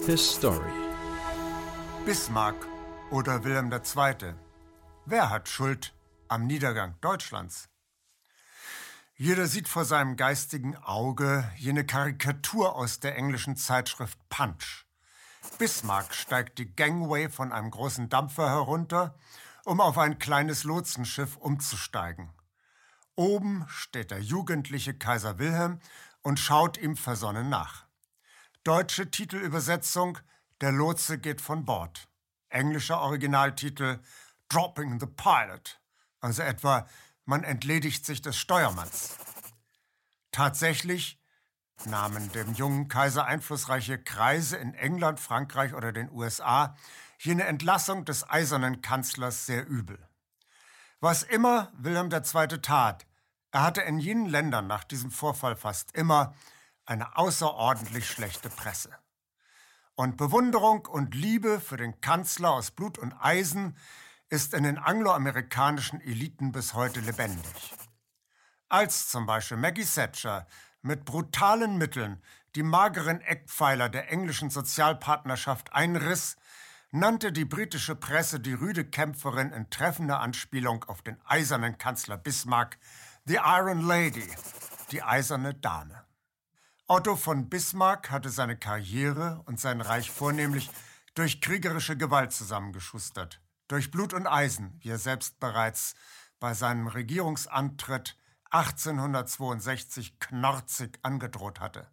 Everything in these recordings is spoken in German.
His story. Bismarck oder Wilhelm II. Wer hat Schuld am Niedergang Deutschlands? Jeder sieht vor seinem geistigen Auge jene Karikatur aus der englischen Zeitschrift Punch. Bismarck steigt die Gangway von einem großen Dampfer herunter, um auf ein kleines Lotsenschiff umzusteigen. Oben steht der jugendliche Kaiser Wilhelm und schaut ihm versonnen nach. Deutsche Titelübersetzung: Der Lotse geht von Bord. Englischer Originaltitel: Dropping the Pilot, also etwa man entledigt sich des Steuermanns. Tatsächlich nahmen dem jungen Kaiser einflussreiche Kreise in England, Frankreich oder den USA jene Entlassung des eisernen Kanzlers sehr übel. Was immer Wilhelm II. Tat, er hatte in jenen Ländern nach diesem Vorfall fast immer eine außerordentlich schlechte Presse. Und Bewunderung und Liebe für den Kanzler aus Blut und Eisen ist in den angloamerikanischen Eliten bis heute lebendig. Als zum Beispiel Maggie Thatcher mit brutalen Mitteln die mageren Eckpfeiler der englischen Sozialpartnerschaft einriss, nannte die britische Presse die rüde Kämpferin in treffender Anspielung auf den eisernen Kanzler Bismarck The Iron Lady, die eiserne Dame. Otto von Bismarck hatte seine Karriere und sein Reich vornehmlich durch kriegerische Gewalt zusammengeschustert, durch Blut und Eisen, wie er selbst bereits bei seinem Regierungsantritt 1862 knorzig angedroht hatte.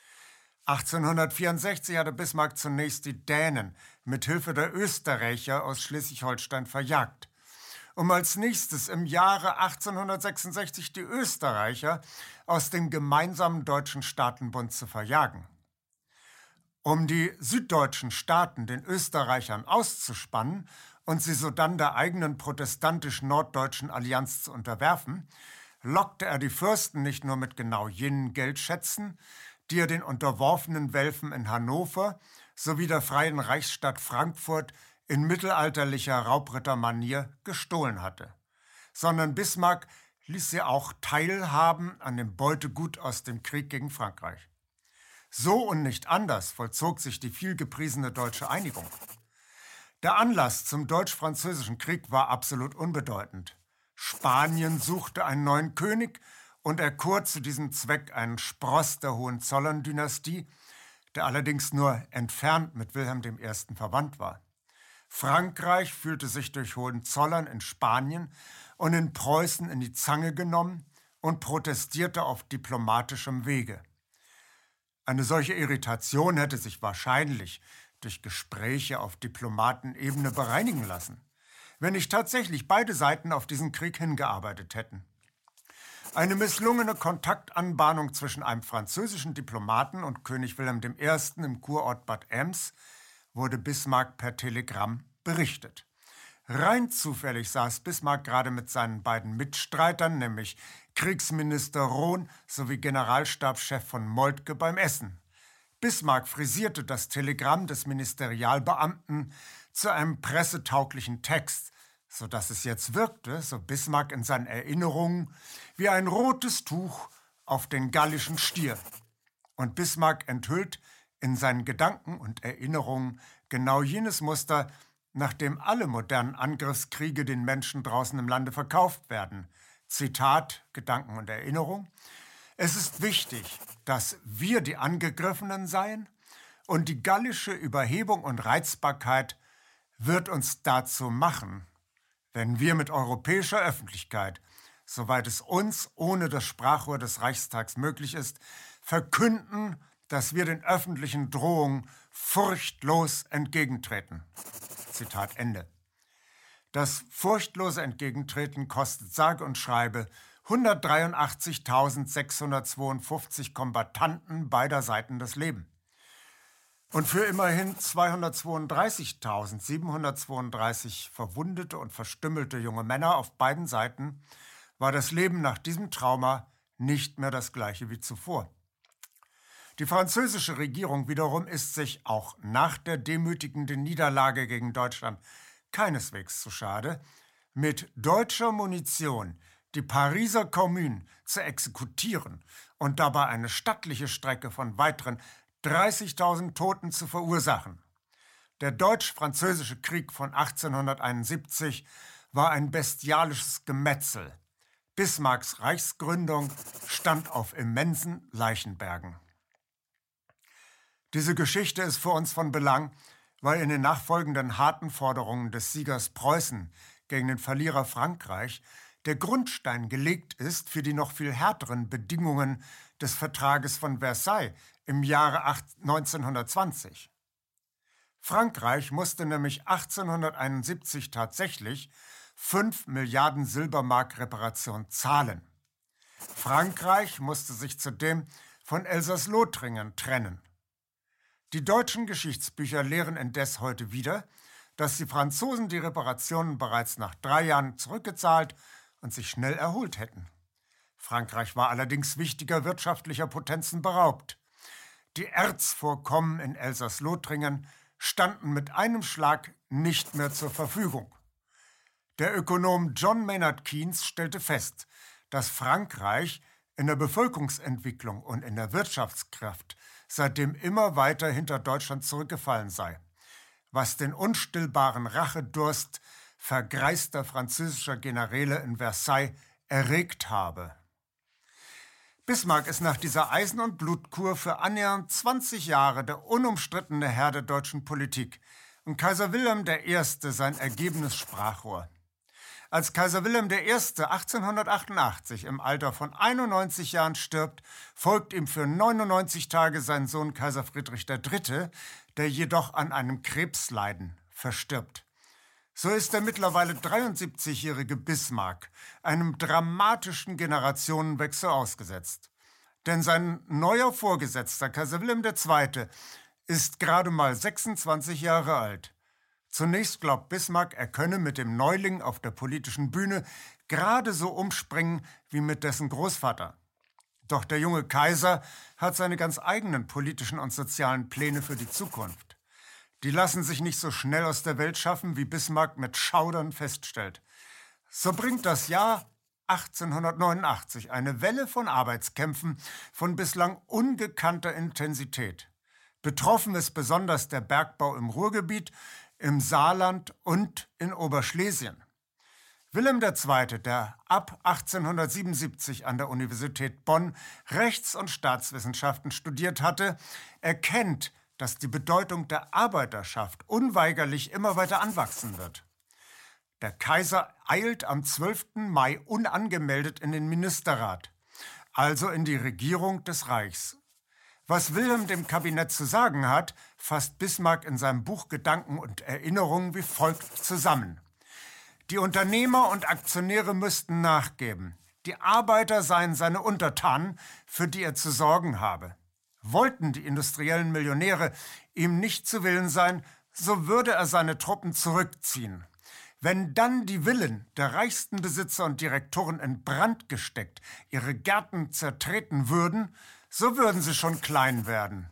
1864 hatte Bismarck zunächst die Dänen mit Hilfe der Österreicher aus Schleswig-Holstein verjagt, um als nächstes im Jahre 1866 die Österreicher aus dem gemeinsamen deutschen Staatenbund zu verjagen. Um die süddeutschen Staaten den Österreichern auszuspannen und sie sodann der eigenen protestantisch-norddeutschen Allianz zu unterwerfen, lockte er die Fürsten nicht nur mit genau jenen Geldschätzen, die er den unterworfenen Welfen in Hannover sowie der Freien Reichsstadt Frankfurt in mittelalterlicher Raubrittermanier gestohlen hatte, sondern Bismarck ließ sie auch teilhaben an dem Beutegut aus dem Krieg gegen Frankreich. So und nicht anders vollzog sich die vielgepriesene deutsche Einigung. Der Anlass zum Deutsch-Französischen Krieg war absolut unbedeutend. Spanien suchte einen neuen König und erkor zu diesem Zweck einen Spross der Hohenzollern-Dynastie, der allerdings nur entfernt mit Wilhelm I. verwandt war. Frankreich fühlte sich durch Hohenzollern in Spanien und in Preußen in die Zange genommen und protestierte auf diplomatischem Wege. Eine solche Irritation hätte sich wahrscheinlich durch Gespräche auf Diplomatenebene bereinigen lassen, wenn nicht tatsächlich beide Seiten auf diesen Krieg hingearbeitet hätten. Eine misslungene Kontaktanbahnung zwischen einem französischen Diplomaten und König Wilhelm I. im Kurort Bad Ems wurde Bismarck per Telegramm berichtet. Rein zufällig saß Bismarck gerade mit seinen beiden Mitstreitern, nämlich Kriegsminister Rohn sowie Generalstabschef von Moltke, beim Essen. Bismarck frisierte das Telegramm des Ministerialbeamten zu einem pressetauglichen Text, sodass es jetzt wirkte, so Bismarck in seinen Erinnerungen, wie ein rotes Tuch auf den gallischen Stier. Und Bismarck enthüllt in seinen Gedanken und Erinnerungen genau jenes Muster, nach dem alle modernen Angriffskriege den Menschen draußen im Lande verkauft werden. Zitat, Gedanken und Erinnerung: Es ist wichtig, dass wir die Angegriffenen seien, und die gallische Überhebung und Reizbarkeit wird uns dazu machen, wenn wir mit europäischer Öffentlichkeit, soweit es uns ohne das Sprachrohr des Reichstags möglich ist, verkünden, dass wir den öffentlichen Drohungen furchtlos entgegentreten. Zitat Ende. Das furchtlose Entgegentreten kostet sage und schreibe 183.652 Kombattanten beider Seiten das Leben. Und für immerhin 232.732 verwundete und verstümmelte junge Männer auf beiden Seiten war das Leben nach diesem Trauma nicht mehr das gleiche wie zuvor. Die französische Regierung wiederum ist sich auch nach der demütigenden Niederlage gegen Deutschland keineswegs zu schade, mit deutscher Munition die Pariser Kommune zu exekutieren und dabei eine stattliche Strecke von weiteren 30.000 Toten zu verursachen. Der Deutsch-Französische Krieg von 1871 war ein bestialisches Gemetzel. Bismarcks Reichsgründung stand auf immensen Leichenbergen. Diese Geschichte ist für uns von Belang, weil in den nachfolgenden harten Forderungen des Siegers Preußen gegen den Verlierer Frankreich der Grundstein gelegt ist für die noch viel härteren Bedingungen des Vertrages von Versailles im Jahre 1920. Frankreich musste nämlich 1871 tatsächlich 5 Milliarden Silbermark Reparation zahlen. Frankreich musste sich zudem von Elsass-Lothringen trennen. Die deutschen Geschichtsbücher lehren indes heute wieder, dass die Franzosen die Reparationen bereits nach 3 Jahren zurückgezahlt und sich schnell erholt hätten. Frankreich war allerdings wichtiger wirtschaftlicher Potenzen beraubt. Die Erzvorkommen in Elsass-Lothringen standen mit einem Schlag nicht mehr zur Verfügung. Der Ökonom John Maynard Keynes stellte fest, dass Frankreich in der Bevölkerungsentwicklung und in der Wirtschaftskraft seitdem immer weiter hinter Deutschland zurückgefallen sei, was den unstillbaren Rachedurst vergreister französischer Generäle in Versailles erregt habe. Bismarck ist nach dieser Eisen- und Blutkur für annähernd 20 Jahre der unumstrittene Herr der deutschen Politik und Kaiser Wilhelm I. sein ergebenes Sprachrohr. Als Kaiser Wilhelm I. 1888 im Alter von 91 Jahren stirbt, folgt ihm für 99 Tage sein Sohn Kaiser Friedrich III., der jedoch an einem Krebsleiden verstirbt. So ist der mittlerweile 73-jährige Bismarck einem dramatischen Generationenwechsel ausgesetzt. Denn sein neuer Vorgesetzter, Kaiser Wilhelm II., ist gerade mal 26 Jahre alt. Zunächst glaubt Bismarck, er könne mit dem Neuling auf der politischen Bühne gerade so umspringen wie mit dessen Großvater. Doch der junge Kaiser hat seine ganz eigenen politischen und sozialen Pläne für die Zukunft. Die lassen sich nicht so schnell aus der Welt schaffen, wie Bismarck mit Schaudern feststellt. So bringt das Jahr 1889 eine Welle von Arbeitskämpfen von bislang ungekannter Intensität. Betroffen ist besonders der Bergbau im Ruhrgebiet, im Saarland und in Oberschlesien. Wilhelm II., der ab 1877 an der Universität Bonn Rechts- und Staatswissenschaften studiert hatte, erkennt, dass die Bedeutung der Arbeiterschaft unweigerlich immer weiter anwachsen wird. Der Kaiser eilt am 12. Mai unangemeldet in den Ministerrat, also in die Regierung des Reichs. Was Wilhelm dem Kabinett zu sagen hat, fasst Bismarck in seinem Buch Gedanken und Erinnerungen wie folgt zusammen. Die Unternehmer und Aktionäre müssten nachgeben. Die Arbeiter seien seine Untertanen, für die er zu sorgen habe. Wollten die industriellen Millionäre ihm nicht zu Willen sein, so würde er seine Truppen zurückziehen. Wenn dann die Villen der reichsten Besitzer und Direktoren in Brand gesteckt, ihre Gärten zertreten würden, so würden sie schon klein werden.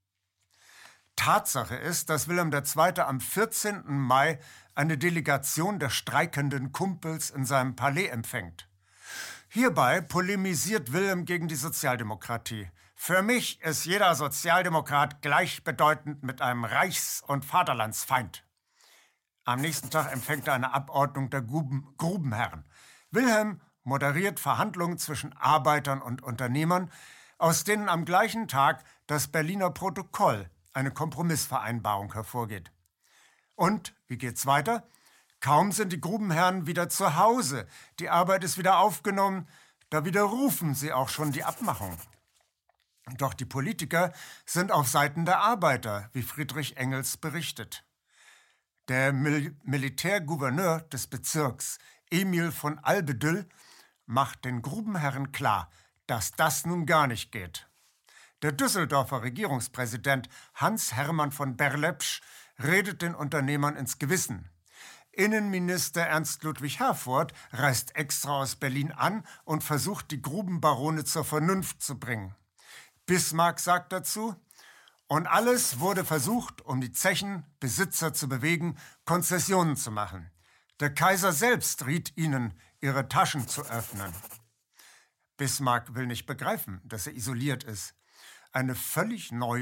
Tatsache ist, dass Wilhelm II. Am 14. Mai eine Delegation der streikenden Kumpels in seinem Palais empfängt. Hierbei polemisiert Wilhelm gegen die Sozialdemokratie. Für mich ist jeder Sozialdemokrat gleichbedeutend mit einem Reichs- und Vaterlandsfeind. Am nächsten Tag empfängt er eine Abordnung der Grubenherren. Wilhelm moderiert Verhandlungen zwischen Arbeitern und Unternehmern, aus denen am gleichen Tag das Berliner Protokoll, eine Kompromissvereinbarung, hervorgeht. Und wie geht's weiter? Kaum sind die Grubenherren wieder zu Hause, die Arbeit ist wieder aufgenommen, da widerrufen sie auch schon die Abmachung. Doch die Politiker sind auf Seiten der Arbeiter, wie Friedrich Engels berichtet. Der Militärgouverneur des Bezirks, Emil von Albedüll, macht den Grubenherren klar, dass das nun gar nicht geht. Der Düsseldorfer Regierungspräsident Hans-Hermann von Berlepsch redet den Unternehmern ins Gewissen. Innenminister Ernst Ludwig Herford reist extra aus Berlin an und versucht, die Grubenbarone zur Vernunft zu bringen. Bismarck sagt dazu: Und alles wurde versucht, um die Zechenbesitzer zu bewegen, Konzessionen zu machen. Der Kaiser selbst riet ihnen, ihre Taschen zu öffnen. Bismarck will nicht begreifen, dass er isoliert ist. Eine völlig neue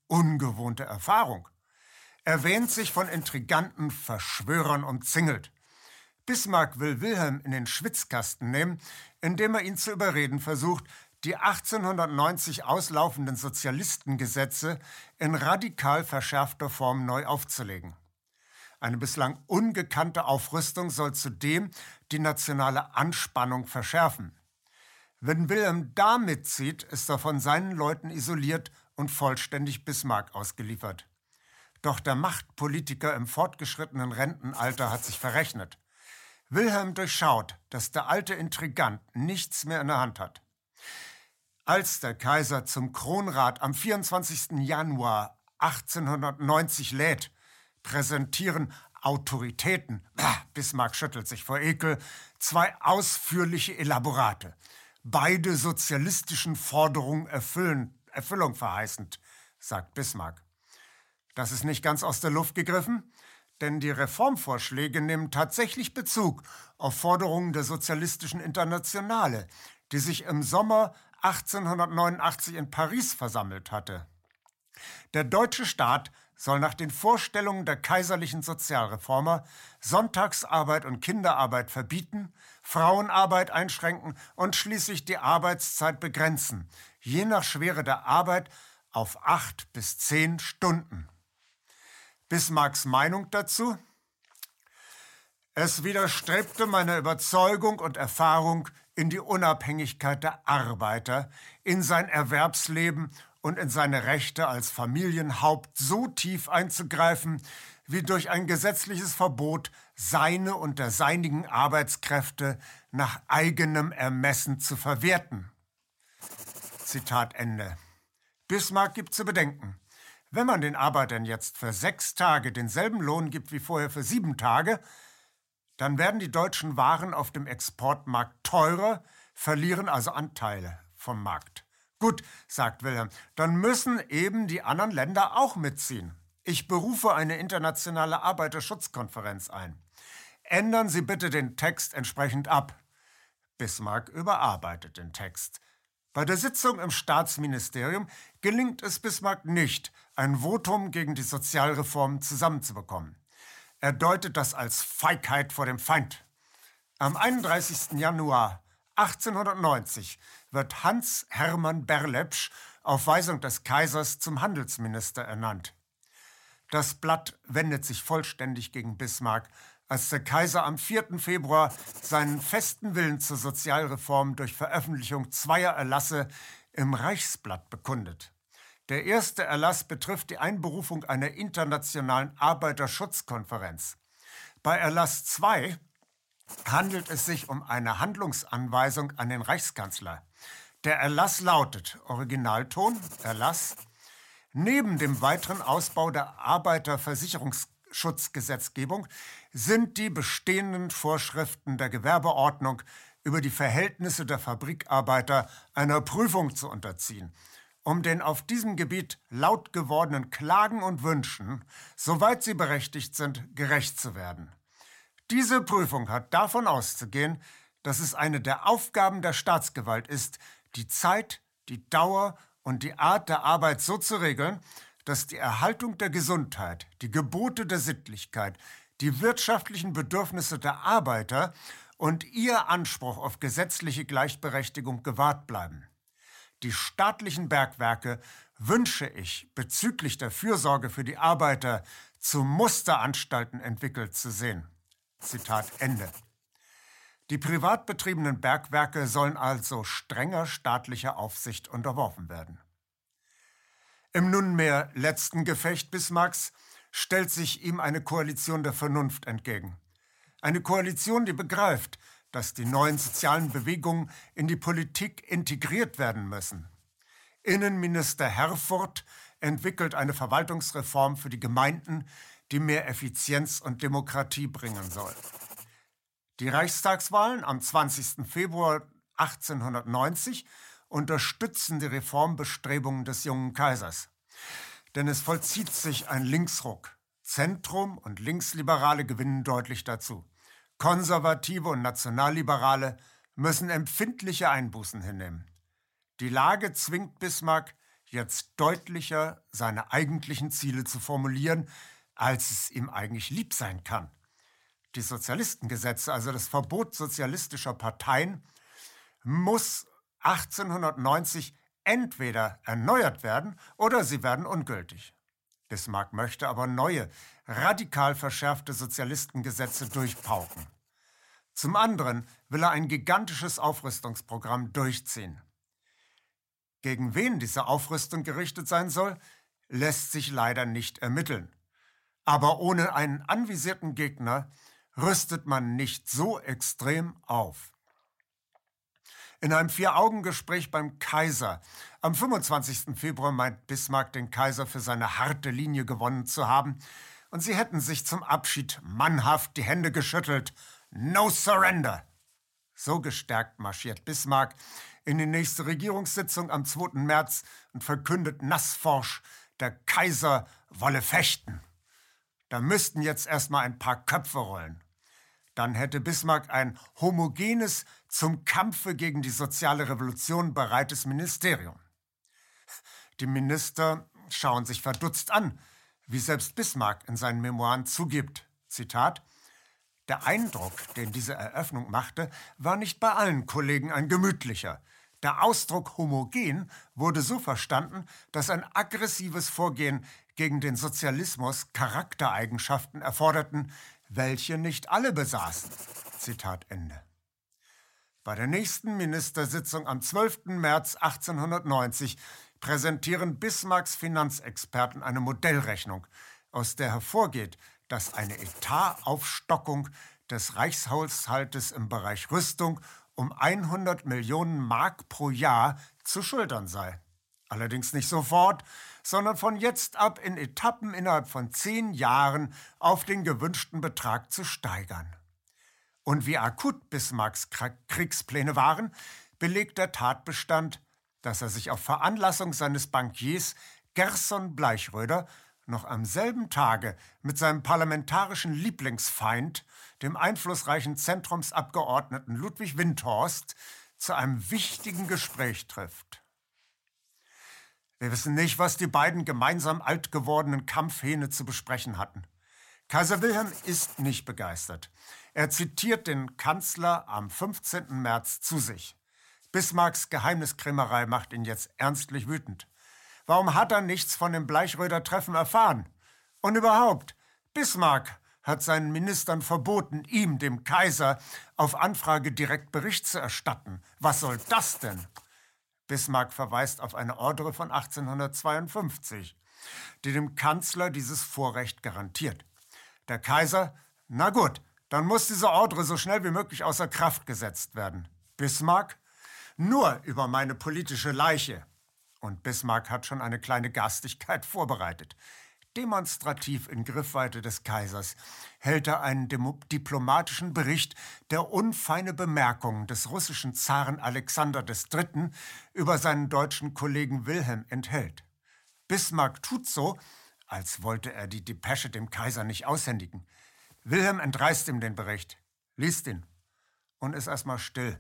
ungewohnte Erfahrung. Er wähnt sich von intriganten Verschwörern umzingelt. Bismarck will Wilhelm in den Schwitzkasten nehmen, indem er ihn zu überreden versucht, die 1890 auslaufenden Sozialistengesetze in radikal verschärfter Form neu aufzulegen. Eine bislang ungekannte Aufrüstung soll zudem die nationale Anspannung verschärfen. Wenn Wilhelm da mitzieht, ist er von seinen Leuten isoliert und vollständig Bismarck ausgeliefert. Doch der Machtpolitiker im fortgeschrittenen Rentenalter hat sich verrechnet. Wilhelm durchschaut, dass der alte Intrigant nichts mehr in der Hand hat. Als der Kaiser zum Kronrat am 24. Januar 1890 lädt, präsentieren Autoritäten, Bismarck schüttelt sich vor Ekel, zwei ausführliche Elaborate, beide sozialistischen Forderungen Erfüllung verheißend, sagt Bismarck. Das ist nicht ganz aus der Luft gegriffen, denn die Reformvorschläge nehmen tatsächlich Bezug auf Forderungen der Sozialistischen Internationale, die sich im Sommer 1889 in Paris versammelt hatte. Der deutsche Staat soll nach den Vorstellungen der kaiserlichen Sozialreformer Sonntagsarbeit und Kinderarbeit verbieten, Frauenarbeit einschränken und schließlich die Arbeitszeit begrenzen, je nach Schwere der Arbeit auf 8 bis 10 Stunden. Bismarcks Meinung dazu? Es widerstrebte meiner Überzeugung und Erfahrung in die Unabhängigkeit der Arbeiter, in sein Erwerbsleben und in seine Rechte als Familienhaupt so tief einzugreifen, wie durch ein gesetzliches Verbot seine und der seinigen Arbeitskräfte nach eigenem Ermessen zu verwerten. Zitat Ende. Bismarck gibt zu bedenken, wenn man den Arbeitern jetzt für 6 Tage denselben Lohn gibt wie vorher für 7 Tage, dann werden die deutschen Waren auf dem Exportmarkt teurer, verlieren also Anteile vom Markt. Gut, sagt Wilhelm, dann müssen eben die anderen Länder auch mitziehen. Ich berufe eine internationale Arbeiterschutzkonferenz ein. Ändern Sie bitte den Text entsprechend ab. Bismarck überarbeitet den Text. Bei der Sitzung im Staatsministerium gelingt es Bismarck nicht, ein Votum gegen die Sozialreformen zusammenzubekommen. Er deutet das als Feigheit vor dem Feind. Am 31. Januar 1890 wird Hans Hermann Berlepsch auf Weisung des Kaisers zum Handelsminister ernannt. Das Blatt wendet sich vollständig gegen Bismarck, als der Kaiser am 4. Februar seinen festen Willen zur Sozialreform durch Veröffentlichung 2 Erlasse im Reichsblatt bekundet. Der erste Erlass betrifft die Einberufung einer internationalen Arbeiterschutzkonferenz. Bei Erlass 2 handelt es sich um eine Handlungsanweisung an den Reichskanzler. Der Erlass lautet, Originalton, Erlass, neben dem weiteren Ausbau der Arbeiterversicherungsschutzgesetzgebung sind die bestehenden Vorschriften der Gewerbeordnung über die Verhältnisse der Fabrikarbeiter einer Prüfung zu unterziehen, um den auf diesem Gebiet laut gewordenen Klagen und Wünschen, soweit sie berechtigt sind, gerecht zu werden. Diese Prüfung hat davon auszugehen, dass es eine der Aufgaben der Staatsgewalt ist, die Zeit, die Dauer und die Art der Arbeit so zu regeln, dass die Erhaltung der Gesundheit, die Gebote der Sittlichkeit, die wirtschaftlichen Bedürfnisse der Arbeiter und ihr Anspruch auf gesetzliche Gleichberechtigung gewahrt bleiben. Die staatlichen Bergwerke wünsche ich bezüglich der Fürsorge für die Arbeiter zu Musteranstalten entwickelt zu sehen. Zitat Ende. Die privat betriebenen Bergwerke sollen also strenger staatlicher Aufsicht unterworfen werden. Im nunmehr letzten Gefecht Bismarcks stellt sich ihm eine Koalition der Vernunft entgegen. Eine Koalition, die begreift, dass die neuen sozialen Bewegungen in die Politik integriert werden müssen. Innenminister Herfurth entwickelt eine Verwaltungsreform für die Gemeinden, die mehr Effizienz und Demokratie bringen soll. Die Reichstagswahlen am 20. Februar 1890 unterstützen die Reformbestrebungen des jungen Kaisers. Denn es vollzieht sich ein Linksruck. Zentrum- und Linksliberale gewinnen deutlich dazu. Konservative und Nationalliberale müssen empfindliche Einbußen hinnehmen. Die Lage zwingt Bismarck, jetzt deutlicher seine eigentlichen Ziele zu formulieren, als es ihm eigentlich lieb sein kann. Die Sozialistengesetze, also das Verbot sozialistischer Parteien, muss 1890 entweder erneuert werden oder sie werden ungültig. Bismarck möchte aber neue, radikal verschärfte Sozialistengesetze durchpauken. Zum anderen will er ein gigantisches Aufrüstungsprogramm durchziehen. Gegen wen diese Aufrüstung gerichtet sein soll, lässt sich leider nicht ermitteln. Aber ohne einen anvisierten Gegner rüstet man nicht so extrem auf. In einem 4-Augen-Gespräch beim Kaiser am 25. Februar meint Bismarck, den Kaiser für seine harte Linie gewonnen zu haben, und sie hätten sich zum Abschied mannhaft die Hände geschüttelt. No surrender! So gestärkt marschiert Bismarck in die nächste Regierungssitzung am 2. März und verkündet nassforsch, der Kaiser wolle fechten. Da müssten jetzt erstmal ein paar Köpfe rollen. Dann hätte Bismarck ein homogenes, zum Kampfe gegen die soziale Revolution bereites Ministerium. Die Minister schauen sich verdutzt an, wie selbst Bismarck in seinen Memoiren zugibt. Zitat: Der Eindruck, den diese Eröffnung machte, war nicht bei allen Kollegen ein gemütlicher. Der Ausdruck homogen wurde so verstanden, dass ein aggressives Vorgehen gegen den Sozialismus Charaktereigenschaften erforderten, welche nicht alle besaßen. Zitat Ende. Bei der nächsten Ministersitzung am 12. März 1890 präsentieren Bismarcks Finanzexperten eine Modellrechnung, aus der hervorgeht, dass eine Etataufstockung des Reichshaushaltes im Bereich Rüstung um 100 Millionen Mark pro Jahr zu schultern sei. Allerdings nicht sofort, sondern von jetzt ab in Etappen innerhalb von 10 Jahren auf den gewünschten Betrag zu steigern. Und wie akut Bismarcks Kriegspläne waren, belegt der Tatbestand, dass er sich auf Veranlassung seines Bankiers Gerson Bleichroeder noch am selben Tage mit seinem parlamentarischen Lieblingsfeind, dem einflussreichen Zentrumsabgeordneten Ludwig Windthorst, zu einem wichtigen Gespräch trifft. Wir wissen nicht, was die beiden gemeinsam alt gewordenen Kampfhähne zu besprechen hatten. Kaiser Wilhelm ist nicht begeistert. Er zitiert den Kanzler am 15. März zu sich. Bismarcks Geheimniskrämerei macht ihn jetzt ernstlich wütend. Warum hat er nichts von dem Bleichroeder Treffen erfahren? Und überhaupt, Bismarck hat seinen Ministern verboten, ihm, dem Kaiser, auf Anfrage direkt Bericht zu erstatten. Was soll das denn? Bismarck verweist auf eine Ordre von 1852, die dem Kanzler dieses Vorrecht garantiert. Der Kaiser: Na gut, dann muss diese Ordre so schnell wie möglich außer Kraft gesetzt werden. Bismarck: Nur über meine politische Leiche. Und Bismarck hat schon eine kleine Garstigkeit vorbereitet. Demonstrativ in Griffweite des Kaisers hält er einen diplomatischen Bericht, der unfeine Bemerkungen des russischen Zaren Alexander III. Über seinen deutschen Kollegen Wilhelm enthält. Bismarck tut so, als wollte er die Depesche dem Kaiser nicht aushändigen. Wilhelm entreißt ihm den Bericht, liest ihn und ist erstmal still.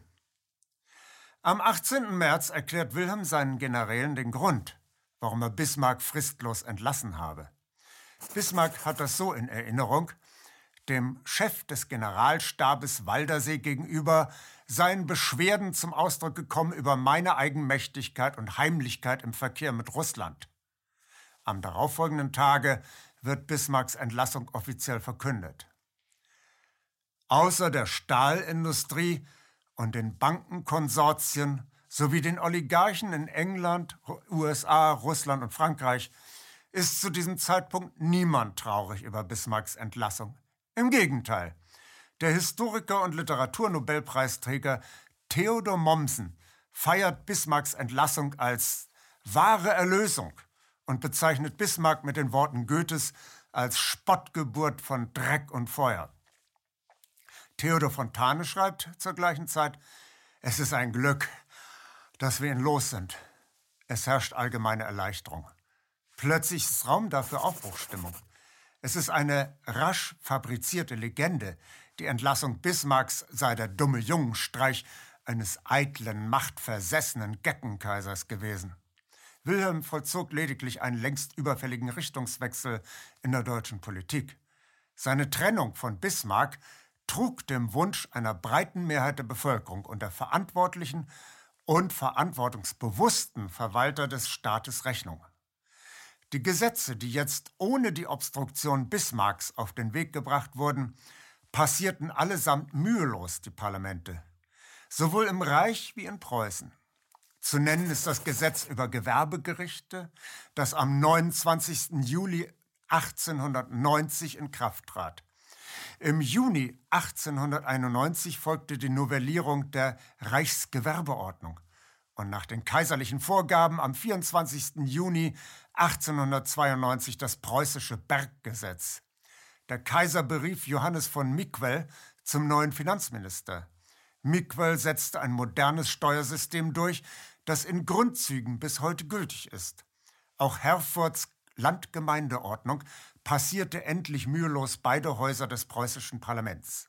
Am 18. März erklärt Wilhelm seinen Generälen den Grund, warum er Bismarck fristlos entlassen habe. Bismarck hat das so in Erinnerung: Dem Chef des Generalstabes Waldersee gegenüber seien Beschwerden zum Ausdruck gekommen über meine Eigenmächtigkeit und Heimlichkeit im Verkehr mit Russland. Am darauffolgenden Tage wird Bismarcks Entlassung offiziell verkündet. Außer der Stahlindustrie und den Bankenkonsortien sowie den Oligarchen in England, USA, Russland und Frankreich ist zu diesem Zeitpunkt niemand traurig über Bismarcks Entlassung. Im Gegenteil, der Historiker und Literaturnobelpreisträger Theodor Mommsen feiert Bismarcks Entlassung als wahre Erlösung und bezeichnet Bismarck mit den Worten Goethes als Spottgeburt von Dreck und Feuer. Theodor Fontane schreibt zur gleichen Zeit: Es ist ein Glück, dass wir ihn los sind. Es herrscht allgemeine Erleichterung. Plötzlich ist Raum dafür Aufbruchsstimmung. Es ist eine rasch fabrizierte Legende. Die Entlassung Bismarcks sei der dumme Jungenstreich eines eitlen, machtversessenen Geckenkaisers gewesen. Wilhelm vollzog lediglich einen längst überfälligen Richtungswechsel in der deutschen Politik. Seine Trennung von Bismarck trug dem Wunsch einer breiten Mehrheit der Bevölkerung und der verantwortlichen und verantwortungsbewussten Verwalter des Staates Rechnung. Die Gesetze, die jetzt ohne die Obstruktion Bismarcks auf den Weg gebracht wurden, passierten allesamt mühelos die Parlamente, sowohl im Reich wie in Preußen. Zu nennen ist das Gesetz über Gewerbegerichte, das am 29. Juli 1890 in Kraft trat. Im Juni 1891 folgte die Novellierung der Reichsgewerbeordnung und nach den kaiserlichen Vorgaben am 24. Juni 1892 das preußische Berggesetz. Der Kaiser berief Johannes von Mickwel zum neuen Finanzminister. Mickwel setzte ein modernes Steuersystem durch, das in Grundzügen bis heute gültig ist. Auch Herfords Landgemeindeordnung passierte endlich mühelos beide Häuser des preußischen Parlaments.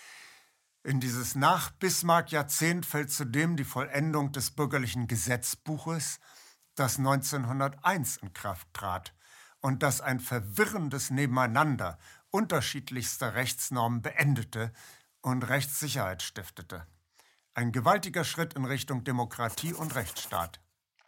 In dieses Nach-Bismarck-Jahrzehnt fällt zudem die Vollendung des bürgerlichen Gesetzbuches, das 1901 in Kraft trat und das ein verwirrendes Nebeneinander unterschiedlichster Rechtsnormen beendete und Rechtssicherheit stiftete. Ein gewaltiger Schritt in Richtung Demokratie und Rechtsstaat.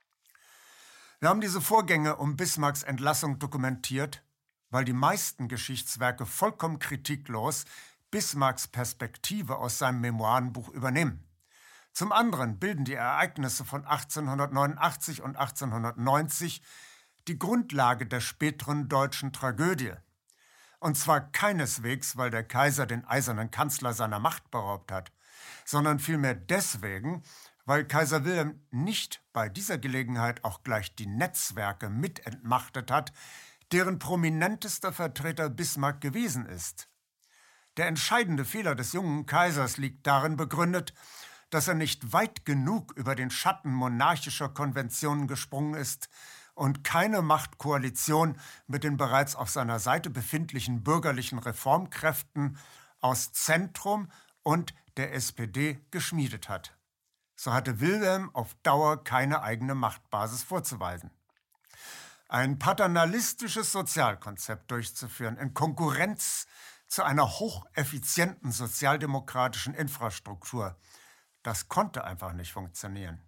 Wir haben diese Vorgänge um Bismarcks Entlassung dokumentiert, weil die meisten Geschichtswerke vollkommen kritiklos Bismarcks Perspektive aus seinem Memoirenbuch übernehmen. Zum anderen bilden die Ereignisse von 1889 und 1890 die Grundlage der späteren deutschen Tragödie. Und zwar keineswegs, weil der Kaiser den eisernen Kanzler seiner Macht beraubt hat, sondern vielmehr deswegen, weil Kaiser Wilhelm nicht bei dieser Gelegenheit auch gleich die Netzwerke mitentmachtet hat, deren prominentester Vertreter Bismarck gewesen ist. Der entscheidende Fehler des jungen Kaisers liegt darin begründet, dass er nicht weit genug über den Schatten monarchischer Konventionen gesprungen ist und keine Machtkoalition mit den bereits auf seiner Seite befindlichen bürgerlichen Reformkräften aus Zentrum und der SPD geschmiedet hat. So hatte Wilhelm auf Dauer keine eigene Machtbasis vorzuweisen. Ein paternalistisches Sozialkonzept durchzuführen in Konkurrenz zu einer hocheffizienten sozialdemokratischen Infrastruktur, das konnte einfach nicht funktionieren.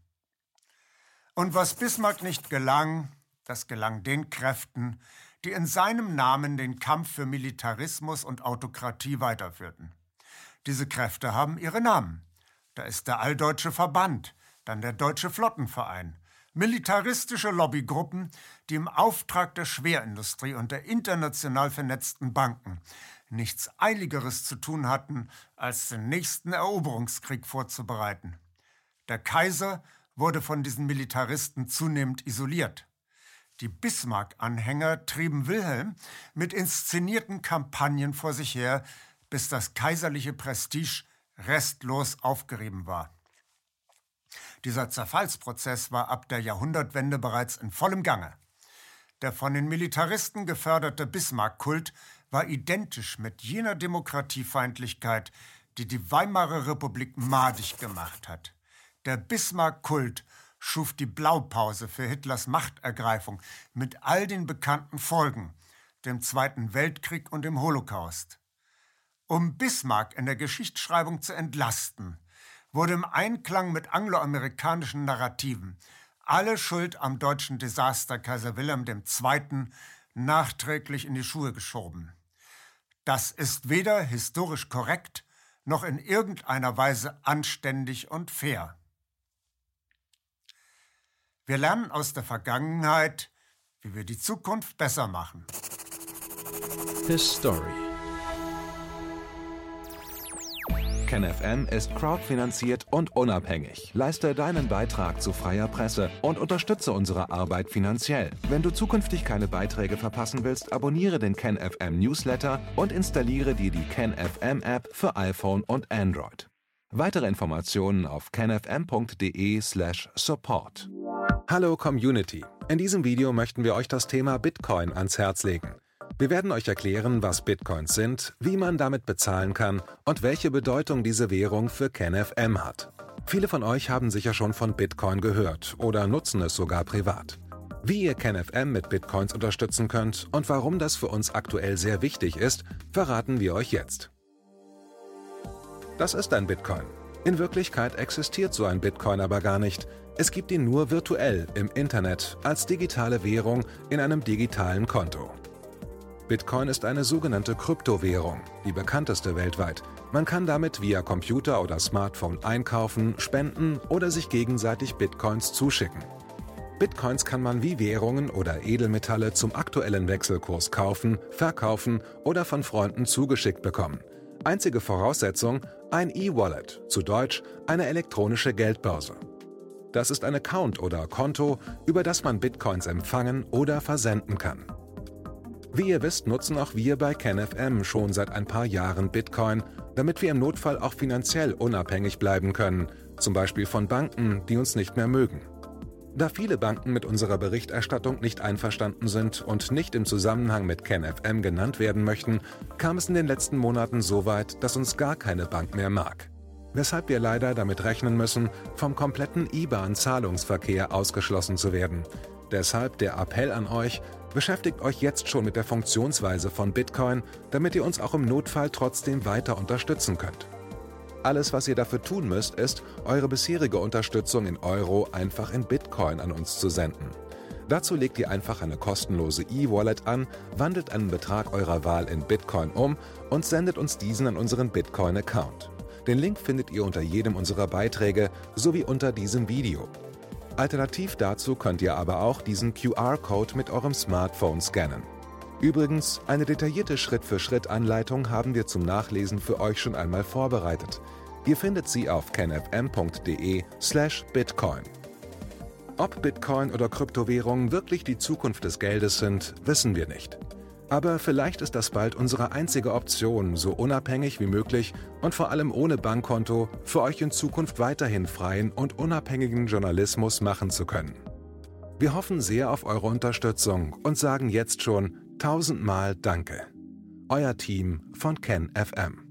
Und was Bismarck nicht gelang, das gelang den Kräften, die in seinem Namen den Kampf für Militarismus und Autokratie weiterführten. Diese Kräfte haben ihre Namen. Da ist der Alldeutsche Verband, dann der Deutsche Flottenverein, militaristische Lobbygruppen, die im Auftrag der Schwerindustrie und der international vernetzten Banken nichts Eiligeres zu tun hatten, als den nächsten Eroberungskrieg vorzubereiten. Der Kaiser wurde von diesen Militaristen zunehmend isoliert. Die Bismarck-Anhänger trieben Wilhelm mit inszenierten Kampagnen vor sich her, bis das kaiserliche Prestige restlos aufgerieben war. Dieser Zerfallsprozess war ab der Jahrhundertwende bereits in vollem Gange. Der von den Militaristen geförderte Bismarck-Kult war identisch mit jener Demokratiefeindlichkeit, die die Weimarer Republik madig gemacht hat. Der Bismarck-Kult schuf die Blaupause für Hitlers Machtergreifung mit all den bekannten Folgen, dem Zweiten Weltkrieg und dem Holocaust. Um Bismarck in der Geschichtsschreibung zu entlasten, wurde im Einklang mit angloamerikanischen Narrativen alle Schuld am deutschen Desaster Kaiser Wilhelm II. Nachträglich in die Schuhe geschoben. Das ist weder historisch korrekt noch in irgendeiner Weise anständig und fair. Wir lernen aus der Vergangenheit, wie wir die Zukunft besser machen. His Story. KenFM ist crowdfinanziert und unabhängig. Leiste deinen Beitrag zu freier Presse und unterstütze unsere Arbeit finanziell. Wenn du zukünftig keine Beiträge verpassen willst, abonniere den KenFM Newsletter und installiere dir die KenFM App für iPhone und Android. Weitere Informationen auf kenfm.de/support. Hallo Community! In diesem Video möchten wir euch das Thema Bitcoin ans Herz legen. Wir werden euch erklären, was Bitcoins sind, wie man damit bezahlen kann und welche Bedeutung diese Währung für KenFM hat. Viele von euch haben sicher schon von Bitcoin gehört oder nutzen es sogar privat. Wie ihr KenFM mit Bitcoins unterstützen könnt und warum das für uns aktuell sehr wichtig ist, verraten wir euch jetzt. Das ist ein Bitcoin. In Wirklichkeit existiert so ein Bitcoin aber gar nicht. Es gibt ihn nur virtuell im Internet als digitale Währung in einem digitalen Konto. Bitcoin ist eine sogenannte Kryptowährung, die bekannteste weltweit. Man kann damit via Computer oder Smartphone einkaufen, spenden oder sich gegenseitig Bitcoins zuschicken. Bitcoins kann man wie Währungen oder Edelmetalle zum aktuellen Wechselkurs kaufen, verkaufen oder von Freunden zugeschickt bekommen. Einzige Voraussetzung: ein E-Wallet, zu Deutsch eine elektronische Geldbörse. Das ist ein Account oder Konto, über das man Bitcoins empfangen oder versenden kann. Wie ihr wisst, nutzen auch wir bei KenFM schon seit ein paar Jahren Bitcoin, damit wir im Notfall auch finanziell unabhängig bleiben können, zum Beispiel von Banken, die uns nicht mehr mögen. Da viele Banken mit unserer Berichterstattung nicht einverstanden sind und nicht im Zusammenhang mit KenFM genannt werden möchten, kam es in den letzten Monaten so weit, dass uns gar keine Bank mehr mag. Weshalb wir leider damit rechnen müssen, vom kompletten IBAN-Zahlungsverkehr ausgeschlossen zu werden. Deshalb der Appell an euch: Beschäftigt euch jetzt schon mit der Funktionsweise von Bitcoin, damit ihr uns auch im Notfall trotzdem weiter unterstützen könnt. Alles, was ihr dafür tun müsst, ist, eure bisherige Unterstützung in Euro einfach in Bitcoin an uns zu senden. Dazu legt ihr einfach eine kostenlose E-Wallet an, wandelt einen Betrag eurer Wahl in Bitcoin um und sendet uns diesen an unseren Bitcoin-Account. Den Link findet ihr unter jedem unserer Beiträge sowie unter diesem Video. Alternativ dazu könnt ihr aber auch diesen QR-Code mit eurem Smartphone scannen. Übrigens, eine detaillierte Schritt-für-Schritt-Anleitung haben wir zum Nachlesen für euch schon einmal vorbereitet. Ihr findet sie auf kenfm.de/Bitcoin. Ob Bitcoin oder Kryptowährungen wirklich die Zukunft des Geldes sind, wissen wir nicht. Aber vielleicht ist das bald unsere einzige Option, so unabhängig wie möglich und vor allem ohne Bankkonto für euch in Zukunft weiterhin freien und unabhängigen Journalismus machen zu können. Wir hoffen sehr auf eure Unterstützung und sagen jetzt schon 1000-mal Danke. Euer Team von KenFM.